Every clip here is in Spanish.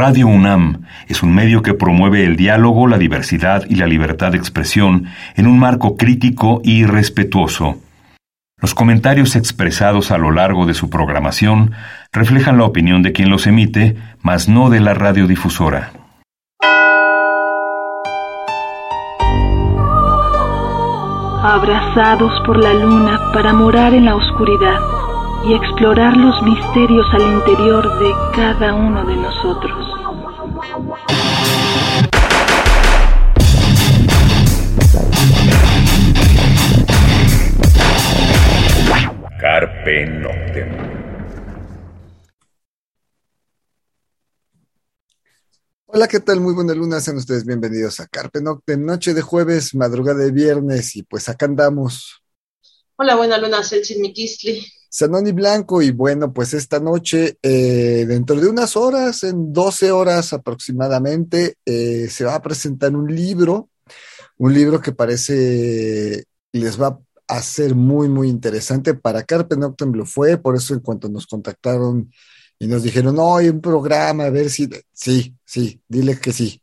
Radio UNAM es un medio que promueve el diálogo, la diversidad y la libertad de expresión en un marco crítico y respetuoso. Los comentarios expresados a lo largo de su programación reflejan la opinión de quien los emite, mas no de la radiodifusora. Abrazados por la luna para morar en la oscuridad y explorar los misterios al interior de cada uno de nosotros. Carpe Noctem. Hola, ¿qué tal? Muy buena luna, sean ustedes bienvenidos a Carpe Noctem, noche de jueves, madrugada de viernes, y pues acá andamos. Hola, buena luna, Celsin Miquistli. Sanoni Blanco, y bueno, pues esta noche, dentro de unas horas, en 12 horas aproximadamente, se va a presentar un libro que parece les va a ser muy, muy interesante. Para Carpe Noctem lo fue, por eso en cuanto nos contactaron y nos dijeron, no, hay un programa, a ver si, sí, dile que sí,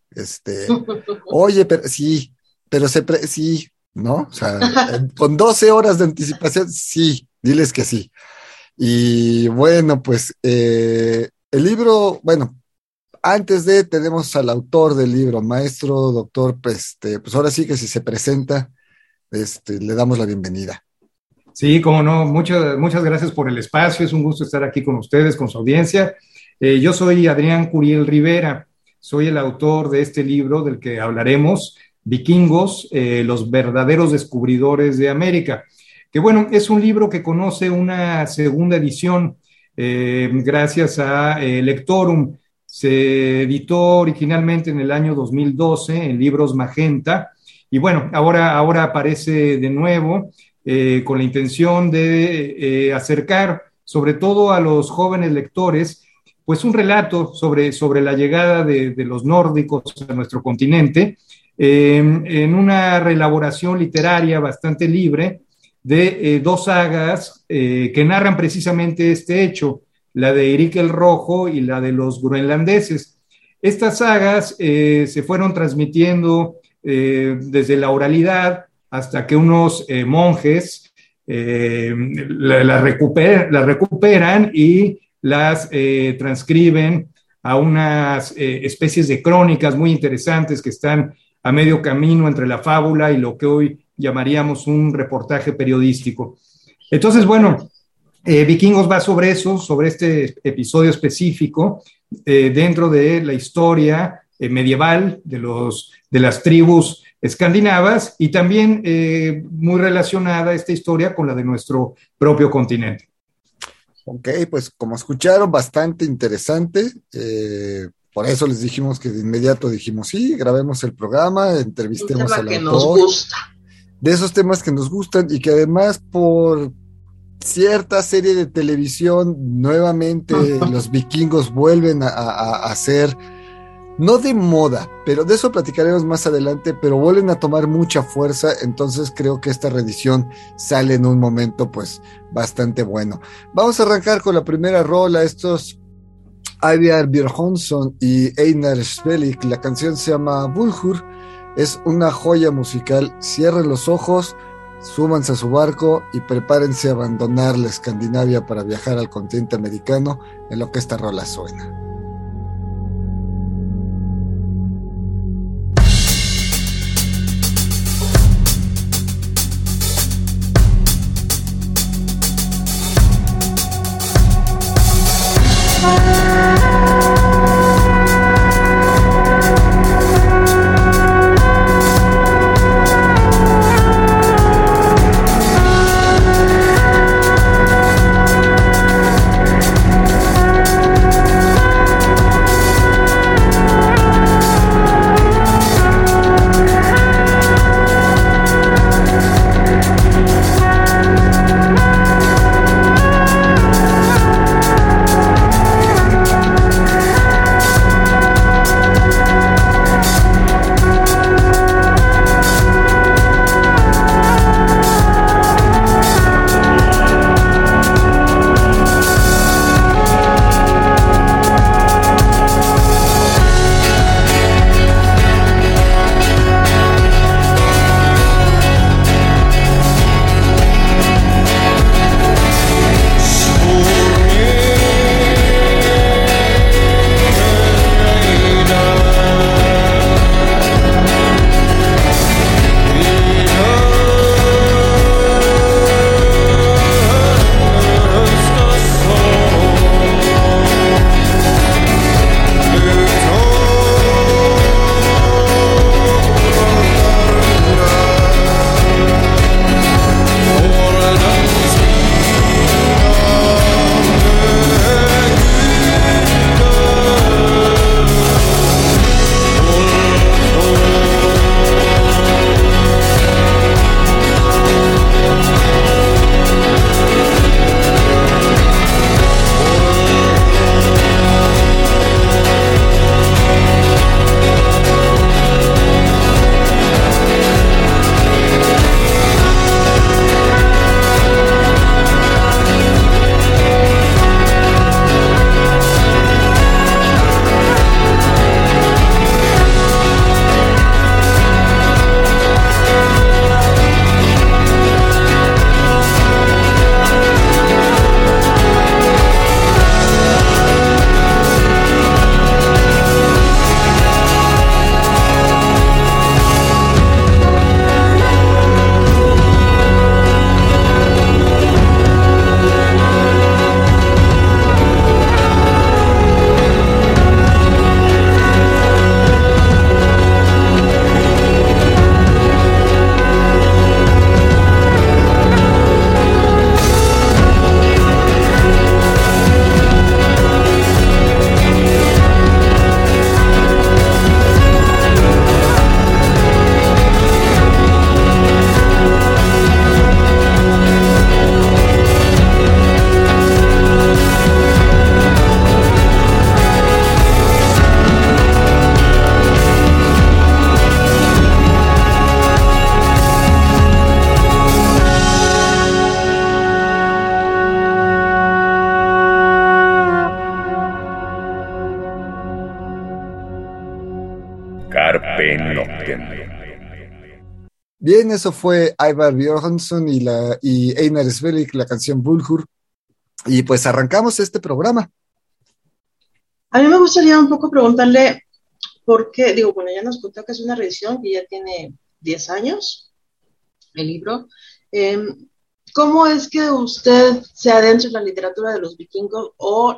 oye, pero sí, sí, ¿no? O sea, con 12 horas de anticipación, sí, diles que sí. Y bueno, pues el libro, bueno, antes de, tenemos al autor del libro, maestro, doctor, pues ahora sí que si se presenta, le damos la bienvenida. Sí, cómo no, muchas gracias por el espacio, es un gusto estar aquí con ustedes, con su audiencia. Yo soy Adrián Curiel Rivera, soy el autor de este libro del que hablaremos, Vikingos, los verdaderos descubridores de América, que bueno, es un libro que conoce una segunda edición gracias a Lectorum. Se editó originalmente en el año 2012 en Libros Magenta, y bueno, ahora aparece de nuevo con la intención de acercar, sobre todo a los jóvenes lectores, pues un relato sobre la llegada de los nórdicos a nuestro continente, en una reelaboración literaria bastante libre de dos sagas que narran precisamente este hecho, la de Erik el Rojo y la de los groenlandeses. Estas sagas se fueron transmitiendo desde la oralidad hasta que unos monjes la recuperan y las transcriben a unas especies de crónicas muy interesantes que están a medio camino entre la fábula y lo que hoy llamaríamos un reportaje periodístico. Entonces, bueno, Vikingos va sobre eso, sobre este episodio específico dentro de la historia medieval de las tribus escandinavas, y también muy relacionada esta historia con la de nuestro propio continente. Ok, pues como escucharon, bastante interesante. Por eso les dijimos que de inmediato dijimos, sí, grabemos el programa, entrevistemos al autor. Un tema que nos gusta. De esos temas que nos gustan, y que además por cierta serie de televisión nuevamente los vikingos vuelven a ser, no de moda, pero de eso platicaremos más adelante, pero vuelven a tomar mucha fuerza. Entonces creo que esta reedición sale en un momento pues bastante bueno. Vamos a arrancar con la primera rola. Estos Ivar Björnsson y Einar Svelik, la canción se llama Vulhur, es una joya musical. Cierren los ojos, súbanse a su barco y prepárense a abandonar la Escandinavia para viajar al continente americano en lo que esta rola suena. Carpe Noctem. Bien, eso fue Ivar Björnsson y Einar Svellik, la canción Bulhur. Y pues arrancamos este programa. A mí me gustaría un poco preguntarle por qué, ya nos contó que es una revisión que ya tiene 10 años, el libro. ¿Cómo es que usted se adentra en la literatura de los vikingos o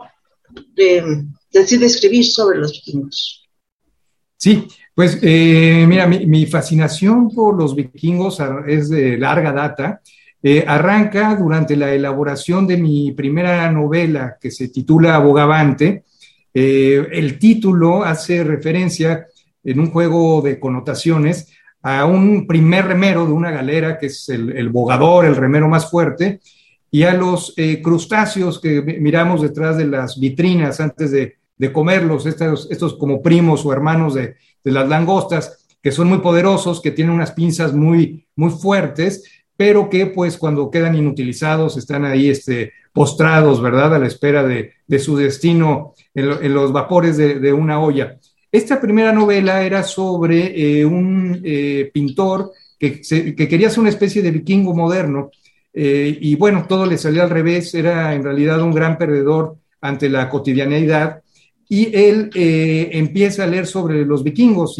decide escribir sobre los vikingos? Sí, pues mira, mi fascinación por los vikingos es de larga data. Arranca durante la elaboración de mi primera novela que se titula Bogavante. El título hace referencia en un juego de connotaciones a un primer remero de una galera, que es el bogador, el remero más fuerte, y a los crustáceos que miramos detrás de las vitrinas antes de comerlos, estos como primos o hermanos de las langostas, que son muy poderosos, que tienen unas pinzas muy, muy fuertes, pero que pues cuando quedan inutilizados están ahí postrados, ¿verdad?, a la espera de su destino en los vapores de una olla. Esta primera novela era sobre un pintor que quería ser una especie de vikingo moderno, y bueno, todo le salió al revés, era en realidad un gran perdedor ante la cotidianeidad, y él empieza a leer sobre los vikingos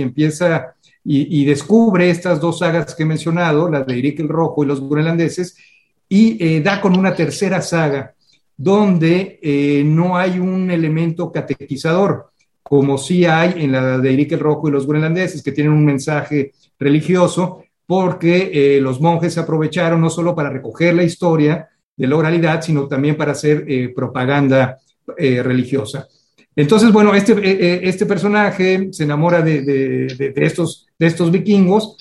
y descubre estas dos sagas que he mencionado, la de Eirik el Rojo y los groenlandeses, y da con una tercera saga donde no hay un elemento catequizador, como sí hay en la de Eirik el Rojo y los groenlandeses, que tienen un mensaje religioso, porque los monjes se aprovecharon no solo para recoger la historia de la oralidad, sino también para hacer propaganda religiosa. Entonces, bueno, este personaje se enamora de estos vikingos,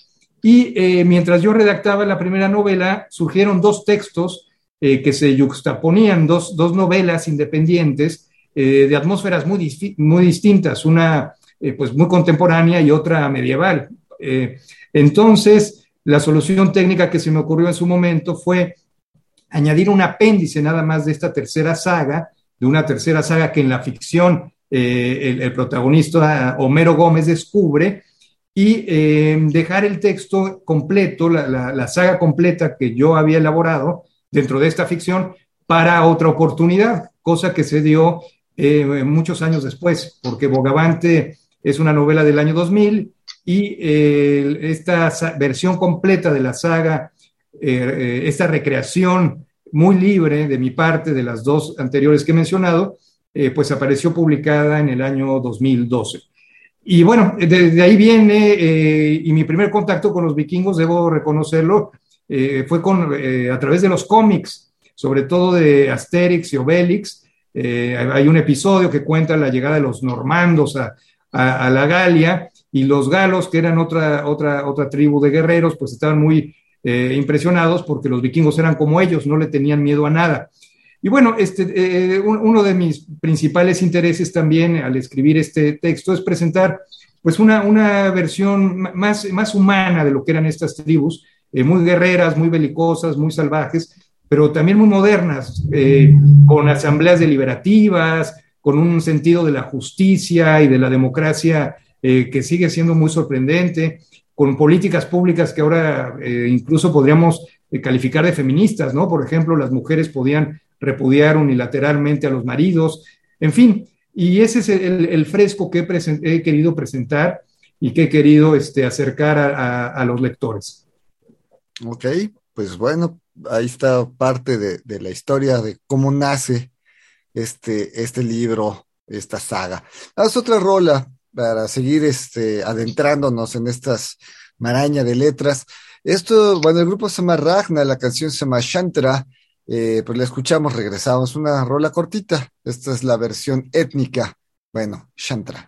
y mientras yo redactaba la primera novela, surgieron dos textos que se yuxtaponían, dos novelas independientes de atmósferas muy distintas, una pues muy contemporánea y otra medieval. Entonces, la solución técnica que se me ocurrió en su momento fue añadir un apéndice nada más de esta tercera saga, de una tercera saga que en la ficción el protagonista Homero Gómez descubre, y dejar el texto completo, la saga completa que yo había elaborado dentro de esta ficción para otra oportunidad, cosa que se dio muchos años después, porque Bogavante es una novela del año 2000 y esta versión completa de la saga, esta recreación muy libre de mi parte de las dos anteriores que he mencionado, pues apareció publicada en el año 2012. Y bueno, de ahí viene, y mi primer contacto con los vikingos, debo reconocerlo, fue a través de los cómics, sobre todo de Asterix y Obelix. Hay un episodio que cuenta la llegada de los normandos a la Galia, y los galos, que eran otra tribu de guerreros, pues estaban muy impresionados porque los vikingos eran como ellos, no le tenían miedo a nada. Y bueno, uno de mis principales intereses también al escribir este texto es presentar pues una versión más humana de lo que eran estas tribus, muy guerreras, muy belicosas, muy salvajes, pero también muy modernas, con asambleas deliberativas, con un sentido de la justicia y de la democracia que sigue siendo muy sorprendente, con políticas públicas que ahora incluso podríamos calificar de feministas, ¿no? Por ejemplo, las mujeres podían repudiar unilateralmente a los maridos, en fin, y ese es el fresco que he querido presentar y que he querido acercar a los lectores. Ok, pues bueno, ahí está parte de la historia de cómo nace este libro, esta saga. Haz otra rola para seguir adentrándonos en estas maraña de letras. Bueno, el grupo se llama Ragna, la canción se llama Shantra. Pues la escuchamos, regresamos, una rola cortita. Esta es la versión étnica. Bueno, Shantra.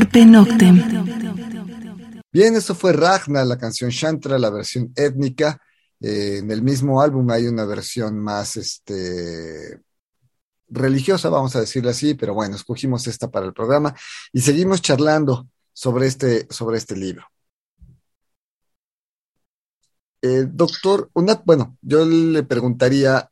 Carpe Noctem. Bien, eso fue Ragna, la canción Shantra, la versión étnica. En el mismo álbum hay una versión más religiosa, vamos a decirlo así, pero bueno, escogimos esta para el programa y seguimos charlando sobre este libro. Doctor, yo le preguntaría,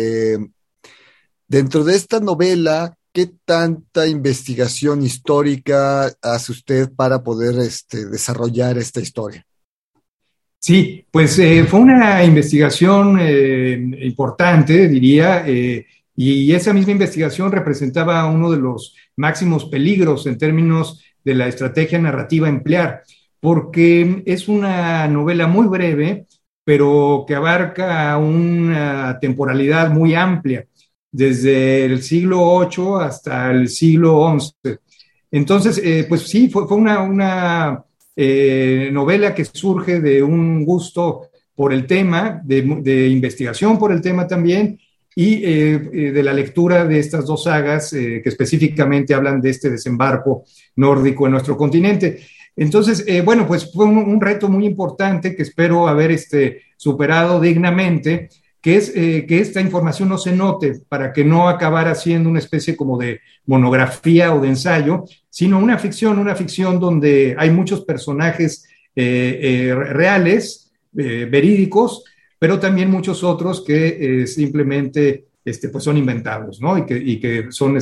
dentro de esta novela, ¿qué tanta investigación histórica hace usted para poder desarrollar esta historia? Sí, pues fue una investigación importante, diría, y esa misma investigación representaba uno de los máximos peligros en términos de la estrategia narrativa a emplear, porque es una novela muy breve, pero que abarca una temporalidad muy amplia, desde el siglo VIII hasta el siglo XI. Entonces, pues sí, fue una novela que surge de un gusto por el tema, de investigación por el tema también, y de la lectura de estas dos sagas que específicamente hablan de este desembarco nórdico en nuestro continente. Entonces, pues fue un reto muy importante que espero haber superado dignamente, que es que esta información no se note para que no acabara siendo una especie como de monografía o de ensayo, sino una ficción donde hay muchos personajes reales, verídicos, pero también muchos otros que simplemente pues son inventados, ¿no? Y que son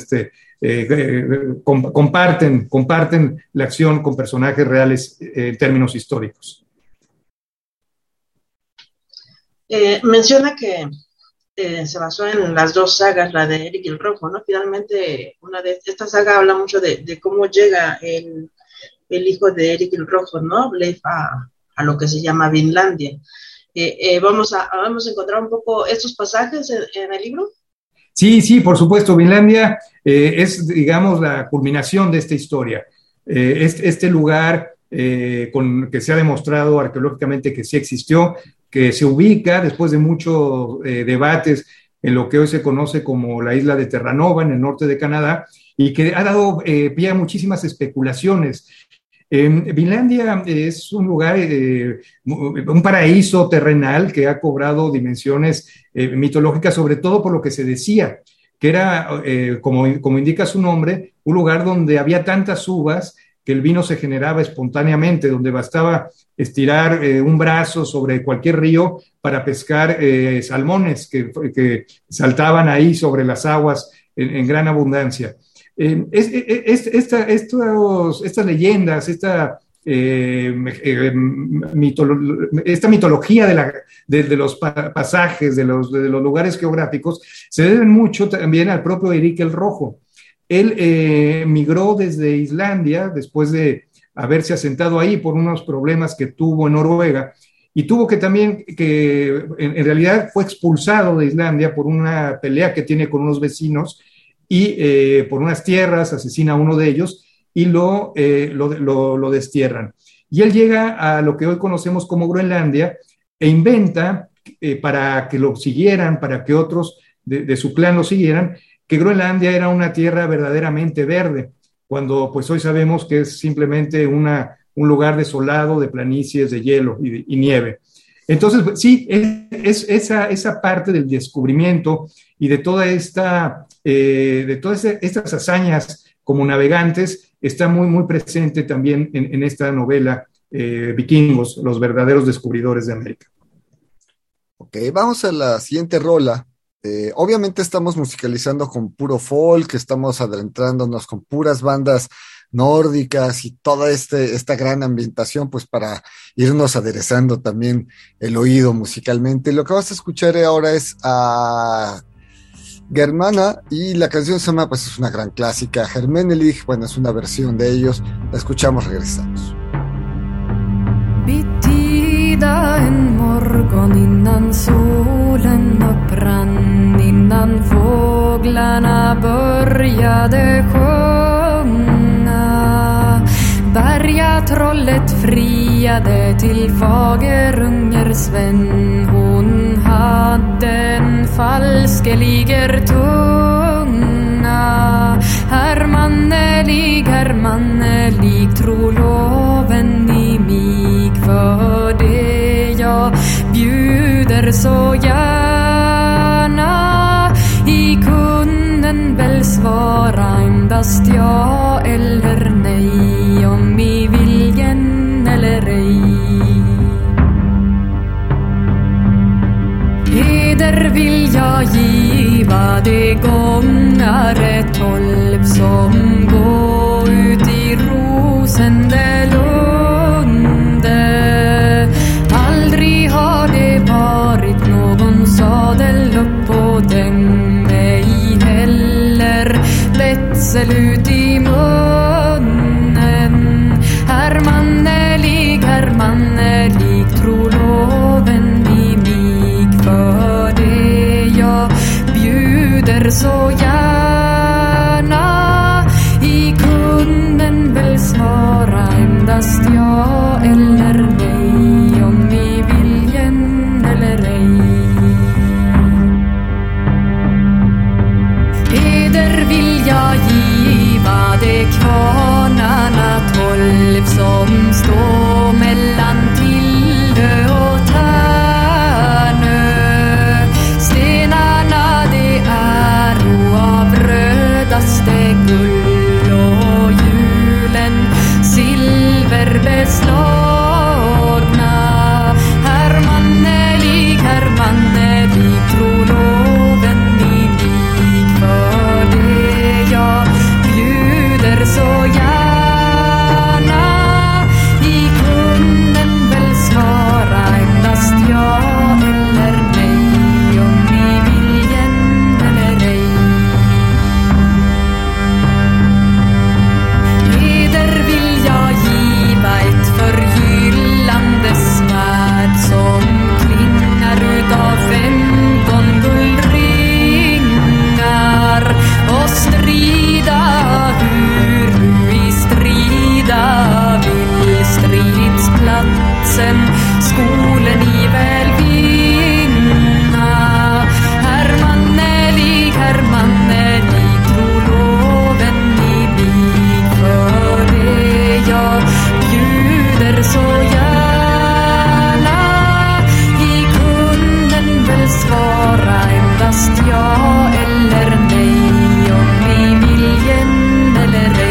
comparten la acción con personajes reales en términos históricos. Menciona que se basó en las dos sagas, la de Eric el Rojo, ¿no? Finalmente, esta saga habla mucho de cómo llega el hijo de Eric el Rojo, ¿no? Leif a lo que se llama Vinlandia. Vamos a encontrar un poco estos pasajes en el libro. Sí, por supuesto. Vinlandia es, digamos, la culminación de esta historia. Este lugar que se ha demostrado arqueológicamente que sí existió, que se ubica después de muchos debates en lo que hoy se conoce como la isla de Terranova, en el norte de Canadá, y que ha dado pie a muchísimas especulaciones. Vinlandia es un lugar, un paraíso terrenal que ha cobrado dimensiones mitológicas, sobre todo por lo que se decía, que era, como indica su nombre, un lugar donde había tantas uvas que el vino se generaba espontáneamente, donde bastaba estirar un brazo sobre cualquier río para pescar salmones que saltaban ahí sobre las aguas en gran abundancia. Estas leyendas, esta mitología de los pasajes, de los lugares geográficos, se deben mucho también al propio Eric el Rojo. Él migró desde Islandia después de haberse asentado ahí por unos problemas que tuvo en Noruega, y tuvo que en realidad fue expulsado de Islandia por una pelea que tiene con unos vecinos, y por unas tierras asesina a uno de ellos y lo destierran. Y él llega a lo que hoy conocemos como Groenlandia e inventa, para que lo siguieran, para que otros de su clan lo siguieran, que Groenlandia era una tierra verdaderamente verde, cuando pues hoy sabemos que es simplemente un lugar desolado de planicies, de hielo y nieve. Entonces, sí, es esa parte del descubrimiento y de todas estas hazañas como navegantes está muy, muy presente también en esta novela Vikingos, los verdaderos descubridores de América. Ok, vamos a la siguiente rola. Obviamente estamos musicalizando con puro folk, estamos adentrándonos con puras bandas nórdicas y toda esta gran ambientación, pues para irnos aderezando también el oído musicalmente. Lo que vas a escuchar ahora es a Germana, y la canción se llama, pues es una gran clásica, Hermenelig. Bueno, es una versión de ellos. La escuchamos, regresamos. Bittida en morgon innan solen upprann, innan fåglarna började sjunga. Bergatrollet friade till Fagerungersven. Hon hade en falskeliger tunga. Hermanelig, Hermanelig, troloven i mig, för det jag bjuder så gärna. I kunden väl svara endast ja eller nej, om i viljen eller ej. Heder vill jag giva de gångare 12 som gå ut i rosende lunde. Aldrig har det varit någon sadel upp på dem, ej heller betsel ut i munnen. Herr mannelig, tro loven i mig, för det jag bjuder så gärna. I kunden väl svara endast ja eller nej, om i viljen eller ej. Heder vill jag giva de kvarnarna 12 som står mellan Tillö och Tärnö. Stenarna det är av rödaste guld och julen silverbeslagna. Herr mannelig, tro loven i mig, för det jag bjuder så gärna. I kunden väl svara endast ja eller nej, om i viljen eller ej. Heder vill jag giva ett förgyllande svärd som klingar utav 15 guldringar, och strida hur du i strida vill. Stridsplatsen skolen i väl vinna. Herr mannelig, tro loven i mig, för det jag bjuder så gärna. I kunden väl svara endast ja eller nej, om i viljen eller ej.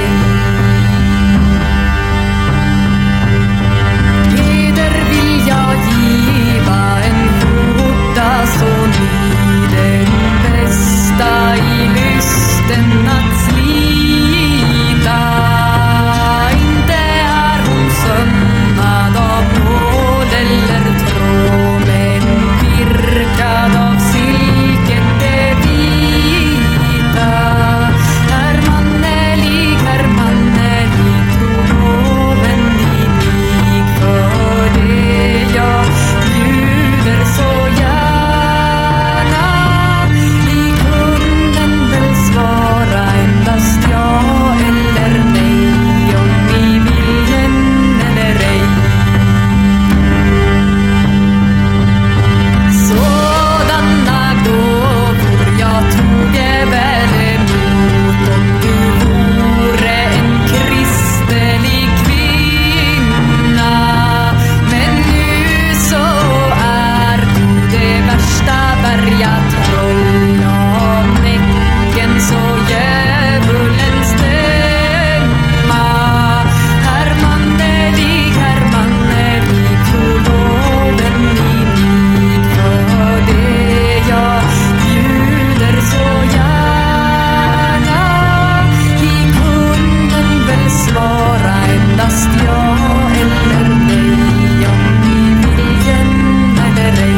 Heder vill jag giva en skjorta så ny, den bästa i lysten att slita. Inte är hon sömmad av nål eller tråd, men virkad av silket det vita. Herr mannelig, tro loven i mig, för det jag bjuder så gärna. I kunden väl svara endast ja eller nej, om i viljen eller ej. Sådana gåvor jag toge väl emot, om du vore en kristelig kvinna. Men nu så är du det värsta bergatroll, av näcken så djävulens stämma. Herr mannelig, tro loven i mig, för det jag bjuder så gärna. I kunden väl svara endast ja eller nej, om i viljen eller ej.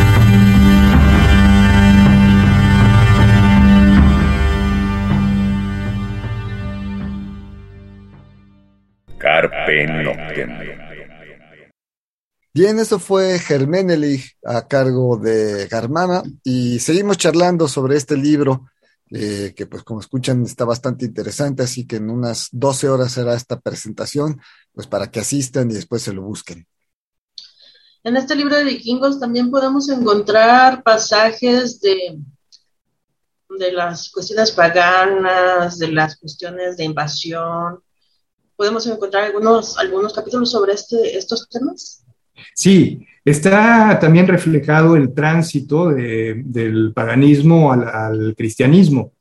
Carpe Noctem. Bien, eso fue Hermenelig a cargo de Garmana, y seguimos charlando sobre este libro que pues como escuchan está bastante interesante, así que en unas 12 horas será esta presentación, pues para que asistan y después se lo busquen. En este libro de vikingos también podemos encontrar pasajes de las cuestiones paganas, de las cuestiones de invasión. podemos encontrar algunos capítulos sobre estos temas. Sí, está también reflejado el tránsito del paganismo al cristianismo.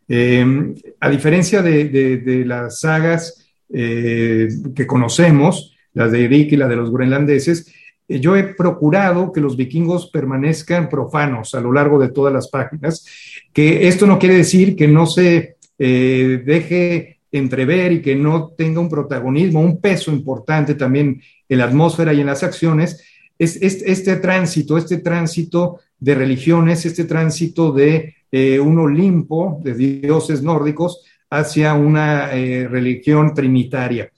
A diferencia de las sagas que conocemos, las de Eric y la de los groenlandeses, yo he procurado que los vikingos permanezcan profanos a lo largo de todas las páginas, que esto no quiere decir que no se deje entrever y que no tenga un protagonismo, un peso importante también en la atmósfera y en las acciones, es este tránsito de religiones, este tránsito de un Olimpo de dioses nórdicos hacia una religión trinitaria.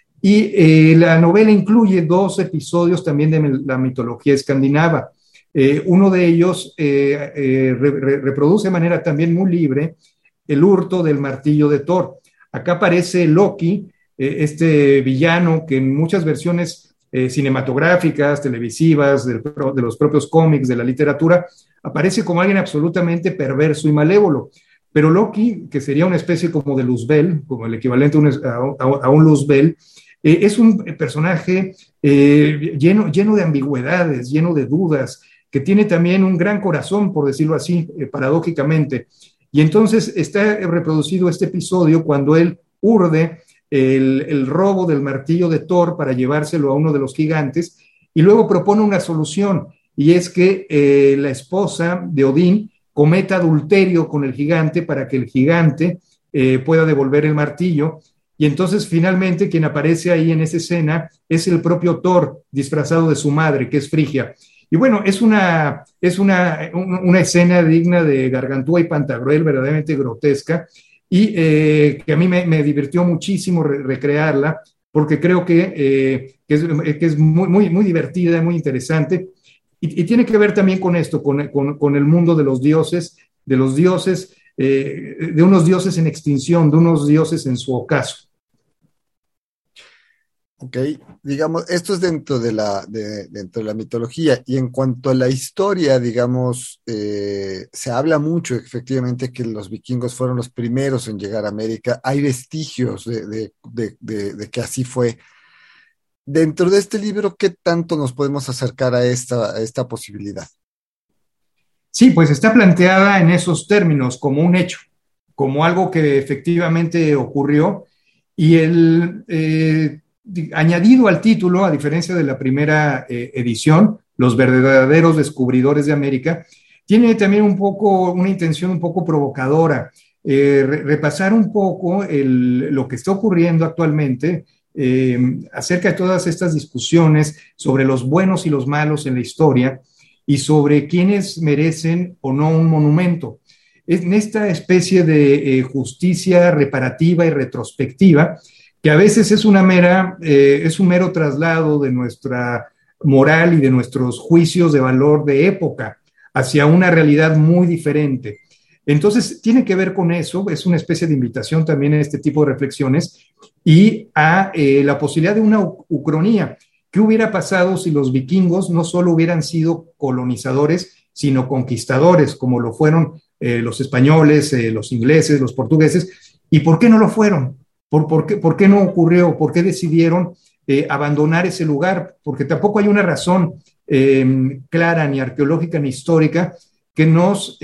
Y la novela incluye 2 episodios también de la mitología escandinava. Uno de ellos reproduce de manera también muy libre el hurto del martillo de Thor. Acá aparece Loki, este villano que en muchas versiones cinematográficas, televisivas, de los propios cómics, de la literatura, aparece como alguien absolutamente perverso y malévolo. Pero Loki, que sería una especie como de Luzbel, como el equivalente a un Luzbel, es un personaje lleno de ambigüedades, lleno de dudas, que tiene también un gran corazón, por decirlo así, paradójicamente. Y entonces está reproducido este episodio cuando él urde el robo del martillo de Thor para llevárselo a uno de los gigantes, y luego propone una solución, y es que la esposa de Odín cometa adulterio con el gigante para que el gigante pueda devolver el martillo. Y entonces finalmente quien aparece ahí en esa escena es el propio Thor disfrazado de su madre, que es Frigia. Y bueno, es una escena digna de Gargantúa y Pantagruel, verdaderamente grotesca, y que a mí me divirtió muchísimo recrearla, porque creo que es muy divertida, muy interesante, y tiene que ver también con esto, con el mundo de los dioses, de unos dioses en extinción, de unos dioses en su ocaso. Ok, digamos, esto es dentro de la mitología, y en cuanto a la historia, digamos, se habla mucho efectivamente que los vikingos fueron los primeros en llegar a América. Hay vestigios de que así fue. Dentro de este libro, ¿qué tanto nos podemos acercar a esta posibilidad? Sí, pues está planteada en esos términos como un hecho, como algo que efectivamente ocurrió, y añadido al título, a diferencia de la primera edición, Los verdaderos descubridores de América, tiene también una intención un poco provocadora, repasar un poco lo que está ocurriendo actualmente acerca de todas estas discusiones sobre los buenos y los malos en la historia y sobre quiénes merecen o no un monumento. En esta especie de justicia reparativa y retrospectiva, que a veces es un mero traslado de nuestra moral y de nuestros juicios de valor de época hacia una realidad muy diferente. Entonces, tiene que ver con eso, es una especie de invitación también a este tipo de reflexiones y a la posibilidad de una ucronía. ¿Qué hubiera pasado si los vikingos no solo hubieran sido colonizadores, sino conquistadores, como lo fueron los españoles, los ingleses, los portugueses? ¿Y por qué no lo fueron? ¿Por qué no ocurrió? ¿Por qué decidieron abandonar ese lugar? Porque tampoco hay una razón clara, ni arqueológica, ni histórica, que nos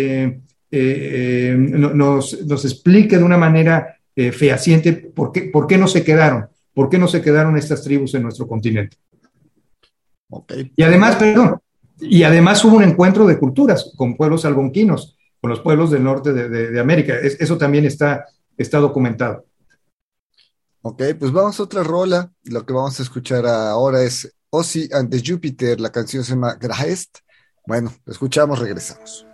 explique de una manera fehaciente por qué no se quedaron. ¿Por qué no se quedaron estas tribus en nuestro continente? Okay. Y además hubo un encuentro de culturas con pueblos algonquinos, con los pueblos del norte de América. Eso también está documentado. Ok, pues vamos a otra rola. Lo que vamos a escuchar ahora es Ozzy and the Jupiter. La canción se llama Graest. Bueno, escuchamos, regresamos.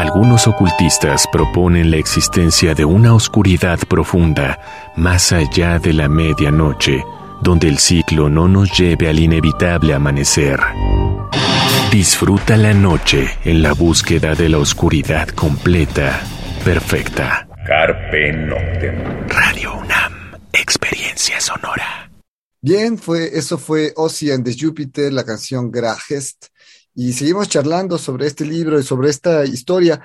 Algunos ocultistas proponen la existencia de una oscuridad profunda más allá de la medianoche, donde el ciclo no nos lleve al inevitable amanecer. Disfruta la noche en la búsqueda de la oscuridad completa, perfecta. Carpe Noctem. Radio UNAM, experiencia sonora. Bien, eso fue Ozzy and the Jupiter, la canción Grahest. Y seguimos charlando sobre este libro y sobre esta historia.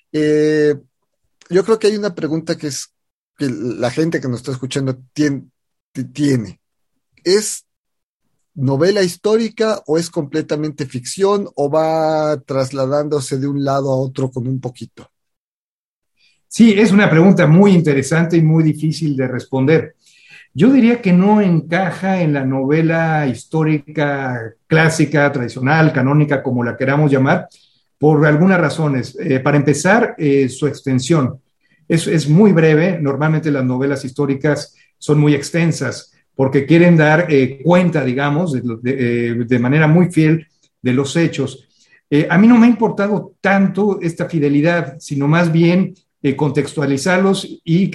Yo creo que hay una pregunta que la gente que nos está escuchando tiene. ¿Es novela histórica o es completamente ficción o va trasladándose de un lado a otro con un poquito? Sí, es una pregunta muy interesante y muy difícil de responder. Yo diría que no encaja en la novela histórica clásica, tradicional, canónica, como la queramos llamar, por algunas razones. Para empezar, su extensión. Es muy breve. Normalmente las novelas históricas son muy extensas porque quieren dar cuenta, digamos, de manera muy fiel de los hechos. A mí no me ha importado tanto esta fidelidad, sino más bien contextualizarlos y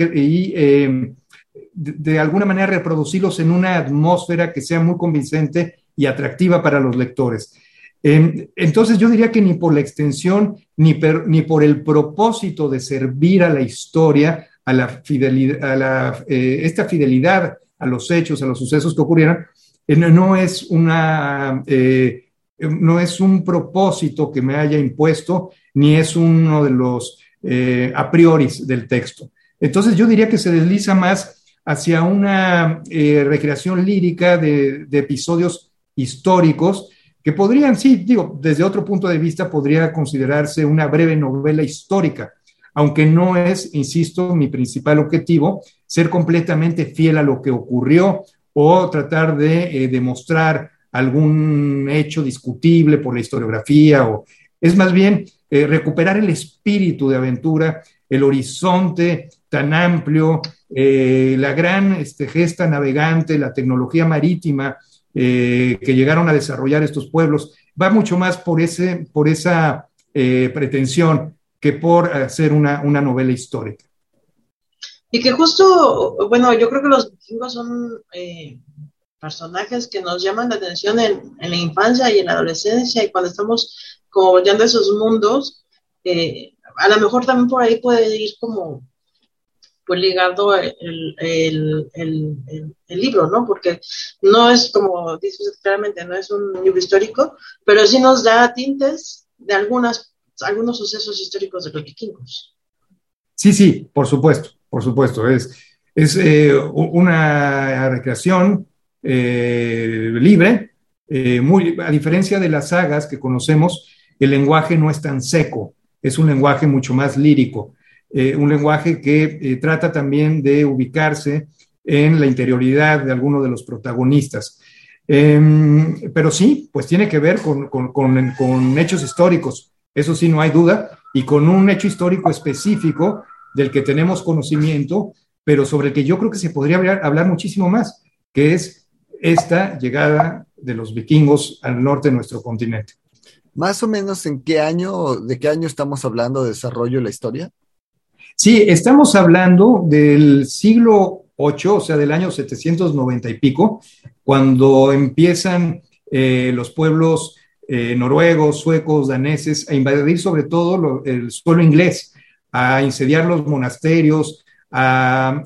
de alguna manera reproducirlos en una atmósfera que sea muy convincente y atractiva para los lectores. Entonces yo diría que ni por la extensión ni por el propósito de servir a la historia, a la fidelidad, esta fidelidad a los hechos, a los sucesos que ocurrieron, no es un propósito que me haya impuesto, ni es uno de los a priori del texto. Entonces yo diría que se desliza más hacia una recreación lírica de episodios históricos que podrían, sí, digo, desde otro punto de vista podría considerarse una breve novela histórica, aunque no es, insisto, mi principal objetivo, ser completamente fiel a lo que ocurrió o tratar de demostrar algún hecho discutible por la historiografía, o es más bien recuperar el espíritu de aventura, el horizonte tan amplio, la gran gesta navegante, la tecnología marítima que llegaron a desarrollar estos pueblos, va mucho más por esa pretensión que por hacer una novela histórica. Y que justo, bueno, yo creo que los vikingos son personajes que nos llaman la atención en la infancia y en la adolescencia, y cuando estamos como volteando esos mundos, a lo mejor también por ahí puede ir como pues ligado el libro, ¿no? Porque no es, como dices claramente, no es un libro histórico, pero sí nos da tintes de algunos sucesos históricos de los vikingos. Sí, por supuesto. Es una recreación libre, a diferencia de las sagas que conocemos, el lenguaje no es tan seco, es un lenguaje mucho más lírico, un lenguaje que trata también de ubicarse en la interioridad de alguno de los protagonistas. Pero sí, pues tiene que ver con hechos históricos, eso sí, no hay duda, y con un hecho histórico específico del que tenemos conocimiento, pero sobre el que yo creo que se podría hablar muchísimo más, que es esta llegada de los vikingos al norte de nuestro continente. ¿Más o menos de qué año estamos hablando de desarrollo de la historia? Sí, estamos hablando del siglo VIII, o sea, del año 790 y pico, cuando empiezan los pueblos noruegos, suecos, daneses a invadir sobre todo el suelo inglés, a incendiar los monasterios, a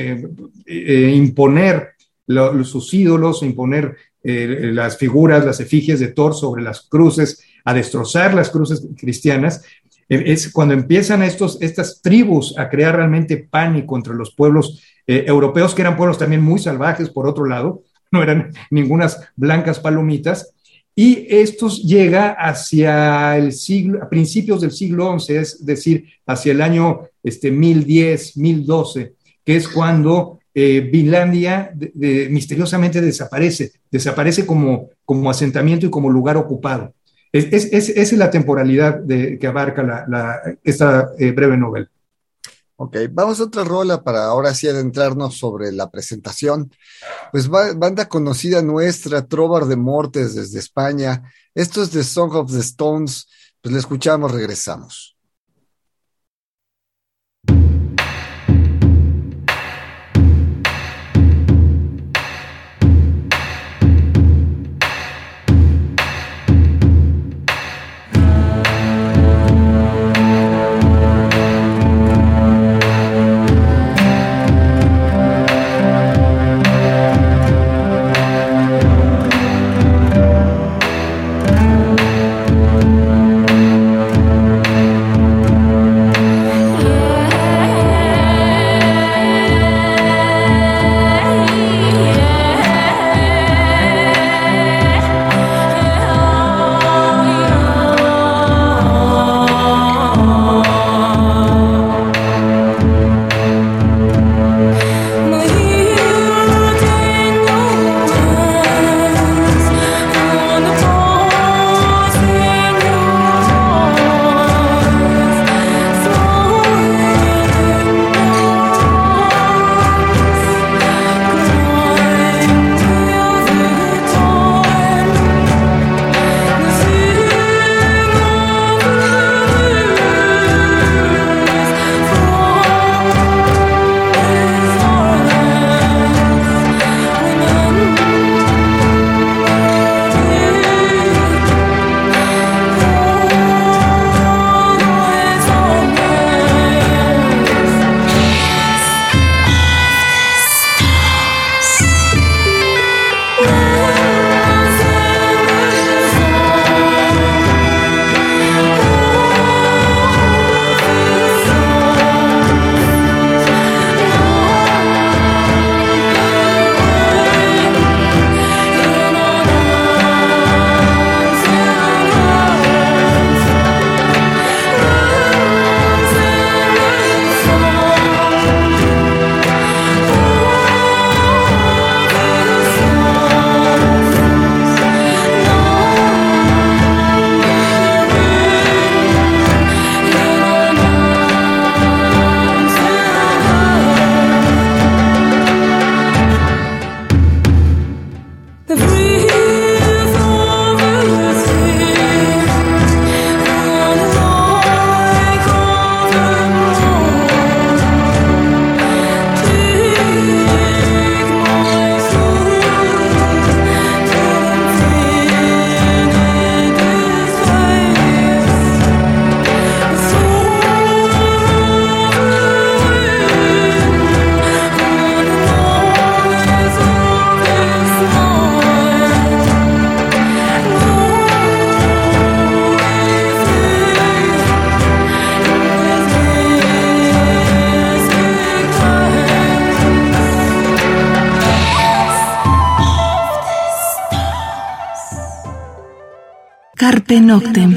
imponer sus ídolos, a imponer las figuras, las efigies de Thor sobre las cruces, a destrozar las cruces cristianas. Es cuando empiezan estas tribus a crear realmente pánico entre los pueblos europeos, que eran pueblos también muy salvajes, por otro lado, no eran ningunas blancas palomitas, y estos llega hacia a principios del siglo XI, es decir, hacia el año 1010, 1012, que es cuando Finlandia misteriosamente desaparece como asentamiento y como lugar ocupado. Esa es la temporalidad que abarca esta breve novela. Ok, vamos a otra rola para ahora sí adentrarnos sobre la presentación. Pues banda conocida nuestra, Trobar de Mortes desde España. Esto es The Song of the Stones. Pues la escuchamos, regresamos. Carpe Noctem.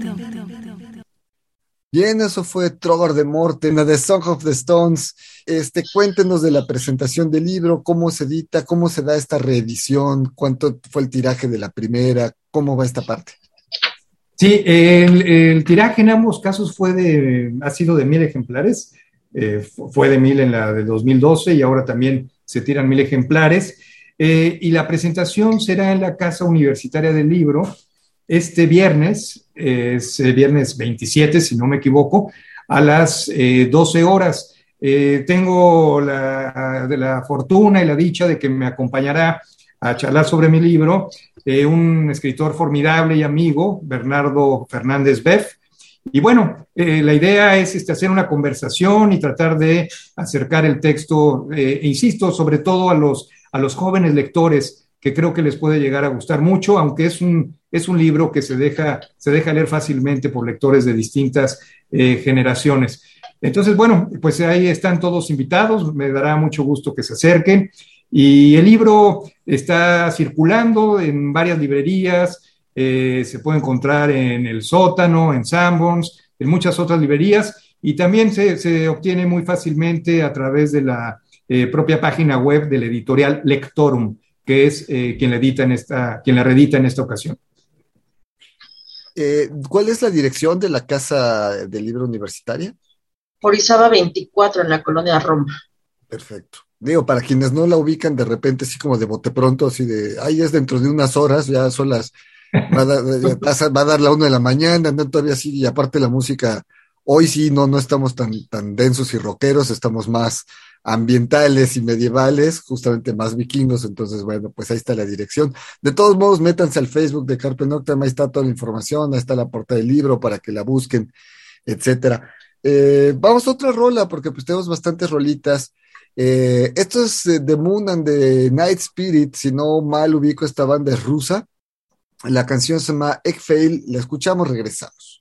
Bien, eso fue Trogor de Morten, The Song of the Stones. Cuéntenos de la presentación del libro, cómo se edita, cómo se da esta reedición, cuánto fue el tiraje de la primera, cómo va esta parte. Sí, el tiraje en ambos casos ha sido de 1,000 ejemplares. Fue de 1,000 en la de 2012 y ahora también se tiran 1,000 ejemplares. Y la presentación será en la Casa Universitaria del Libro este viernes, es el viernes 27, si no me equivoco, a las 12 horas. Tengo la fortuna y la dicha de que me acompañará a charlar sobre mi libro un escritor formidable y amigo, Bernardo Fernández Beff. Y bueno, la idea es hacer una conversación y tratar de acercar el texto, insisto, sobre todo a los jóvenes lectores, que creo que les puede llegar a gustar mucho, aunque es un libro que se deja leer fácilmente por lectores de distintas generaciones. Entonces, bueno, pues ahí están todos invitados, me dará mucho gusto que se acerquen. Y el libro está circulando en varias librerías, se puede encontrar en El Sótano, en Sanborns, en muchas otras librerías, y también se obtiene muy fácilmente a través de la propia página web de la editorial Lectorum, que es quien la reedita en esta ocasión. ¿Cuál es la dirección de la Casa del Libro Universitaria? Orizaba 24, en la colonia Roma. Perfecto. Digo, para quienes no la ubican de repente, así como de bote pronto, así de, ahí es dentro de unas horas, ya son va a dar la 1 de la mañana, ¿no? Todavía sí, y aparte la música, hoy sí, no estamos tan densos y rockeros, estamos más ambientales y medievales, justamente más vikingos, entonces, bueno, pues ahí está la dirección. De todos modos, métanse al Facebook de Carpe Noctem, ahí está toda la información, ahí está la portada del libro para que la busquen, etcétera. Vamos a otra rola, porque pues tenemos bastantes rolitas. Esto es The Moon and the Night Spirit, si no mal ubico, esta banda es rusa. La canción se llama Eggfail, la escuchamos, regresamos.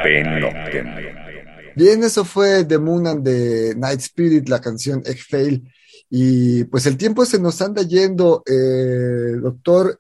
Carpe Bien, eso fue The Moon and the Night Spirit, la canción Egg y pues el tiempo se nos anda yendo, doctor.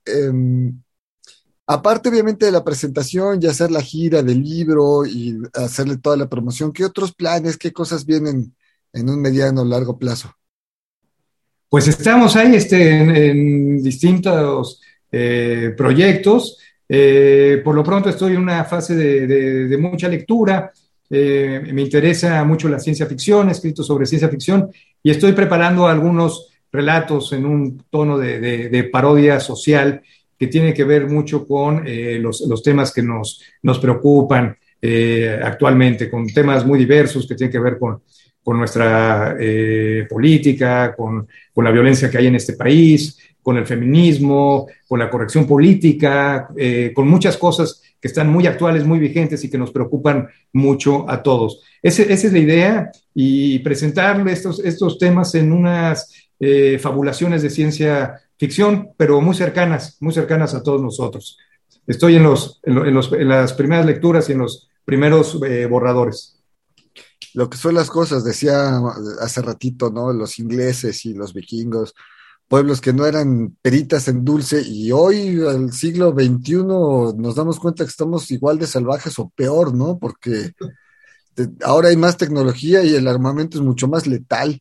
Aparte, obviamente, de la presentación y hacer la gira del libro y hacerle toda la promoción, ¿qué otros planes, qué cosas vienen en un mediano o largo plazo? Pues estamos ahí en distintos proyectos. Por lo pronto estoy en una fase de mucha lectura. Me interesa mucho la ciencia ficción, he escrito sobre ciencia ficción y estoy preparando algunos relatos en un tono de parodia social que tiene que ver mucho con los temas que nos preocupan actualmente, con temas muy diversos que tienen que ver con nuestra política, con la violencia que hay en este país, con el feminismo, con la corrección política, con muchas cosas que están muy actuales, muy vigentes y que nos preocupan mucho a todos. Esa es la idea, y presentarle estos temas en unas fabulaciones de ciencia ficción, pero muy cercanas a todos nosotros. Estoy en las primeras lecturas y en los primeros borradores. Lo que son las cosas, decía hace ratito, ¿no? Los ingleses y los vikingos, pueblos que no eran peritas en dulce, y hoy, al siglo XXI, nos damos cuenta que estamos igual de salvajes o peor, ¿no? Porque ahora hay más tecnología y el armamento es mucho más letal.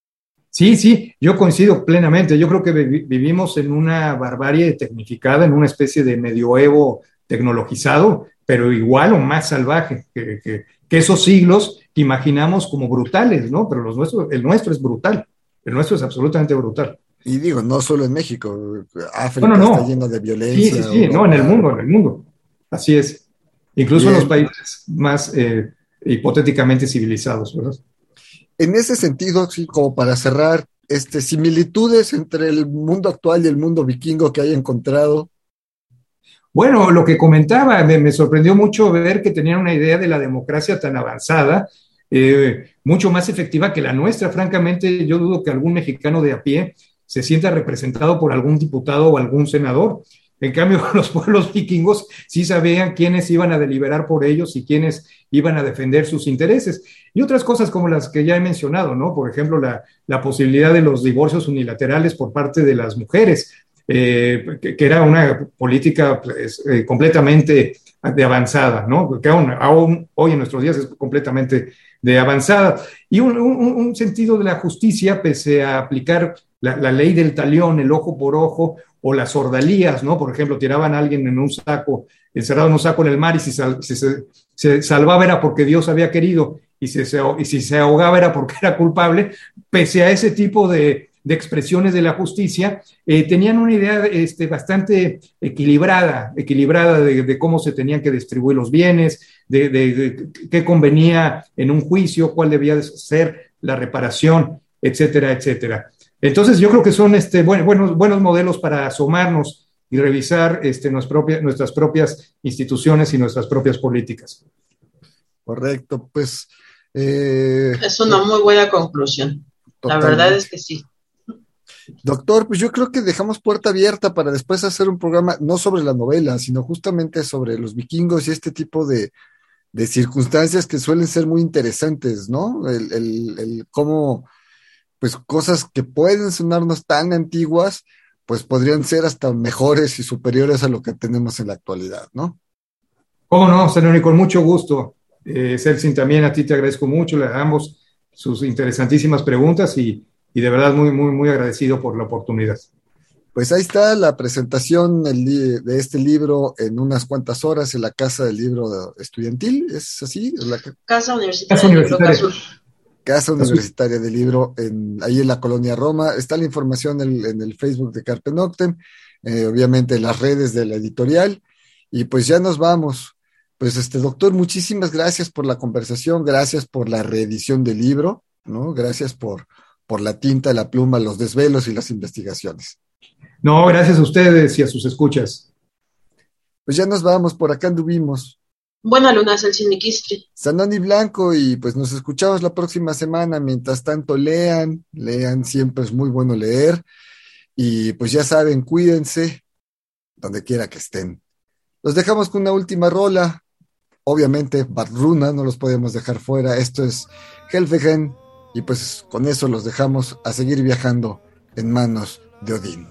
Sí, yo coincido plenamente. Yo creo que vivimos en una barbarie tecnificada, en una especie de medioevo tecnologizado, pero igual o más salvaje que esos siglos que imaginamos como brutales, ¿no? Pero el nuestro es brutal, el nuestro es absolutamente brutal. Y digo, no solo en México, África está lleno de violencia. Sí, no, en el mundo. Así es. Incluso en los países más hipotéticamente civilizados, ¿verdad? En ese sentido, sí, como para cerrar, similitudes entre el mundo actual y el mundo vikingo que hay encontrado. Bueno, lo que comentaba, me sorprendió mucho ver que tenían una idea de la democracia tan avanzada, mucho más efectiva que la nuestra. Francamente, yo dudo que algún mexicano de a pie se sienta representado por algún diputado o algún senador. En cambio, los pueblos vikingos sí sabían quiénes iban a deliberar por ellos y quiénes iban a defender sus intereses. Y otras cosas como las que ya he mencionado, ¿no? Por ejemplo, la posibilidad de los divorcios unilaterales por parte de las mujeres, que era una política pues, completamente de avanzada, ¿no? Que aún hoy en nuestros días es completamente de avanzada. Y un sentido de la justicia, pese a aplicar la ley del talión, el ojo por ojo, o las ordalías, ¿no? Por ejemplo, tiraban a alguien en un saco, encerrado en un saco en el mar, y si se salvaba era porque Dios había querido, y si se ahogaba era porque era culpable. Pese a ese tipo de expresiones de la justicia, tenían una idea bastante equilibrada de cómo se tenían que distribuir los bienes, de qué convenía en un juicio, cuál debía ser la reparación, etcétera, etcétera. Entonces yo creo que son buenos modelos para asomarnos y revisar nuestras propias instituciones y nuestras propias políticas. Correcto, pues... es una muy buena conclusión. Totalmente. La verdad es que sí. Doctor, pues yo creo que dejamos puerta abierta para después hacer un programa, no sobre la novela, sino justamente sobre los vikingos y este tipo de circunstancias que suelen ser muy interesantes, ¿no? El cómo, pues cosas que pueden sonarnos tan antiguas, pues podrían ser hasta mejores y superiores a lo que tenemos en la actualidad, ¿no? ¿Cómo no, Stanley? Con mucho gusto. Celsin, también a ti te agradezco mucho, a ambos, sus interesantísimas preguntas y de verdad muy, muy, muy agradecido por la oportunidad. Pues ahí está la presentación de este libro en unas cuantas horas en la Casa del Libro Estudiantil, ¿es así? Casa Universitaria. Casa Universitaria del Libro, ahí en la Colonia Roma. Está la información en el Facebook de Carpe Noctem, obviamente en las redes de la editorial, y pues ya nos vamos. Pues doctor, muchísimas gracias por la conversación, gracias por la reedición del libro, ¿no? Gracias por la tinta, la pluma, los desvelos y las investigaciones. No, gracias a ustedes y a sus escuchas. Pues ya nos vamos, por acá anduvimos. Buena luna, Celsin Niquistri. Sanoni Blanco, y pues nos escuchamos la próxima semana. Mientras tanto, lean, siempre es muy bueno leer. Y pues ya saben, cuídense donde quiera que estén. Los dejamos con una última rola. obviamente Vatruna, no los podemos dejar fuera. Esto es Helfegen, y pues con eso los dejamos a seguir viajando en manos de Odín.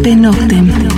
Arte Noctem.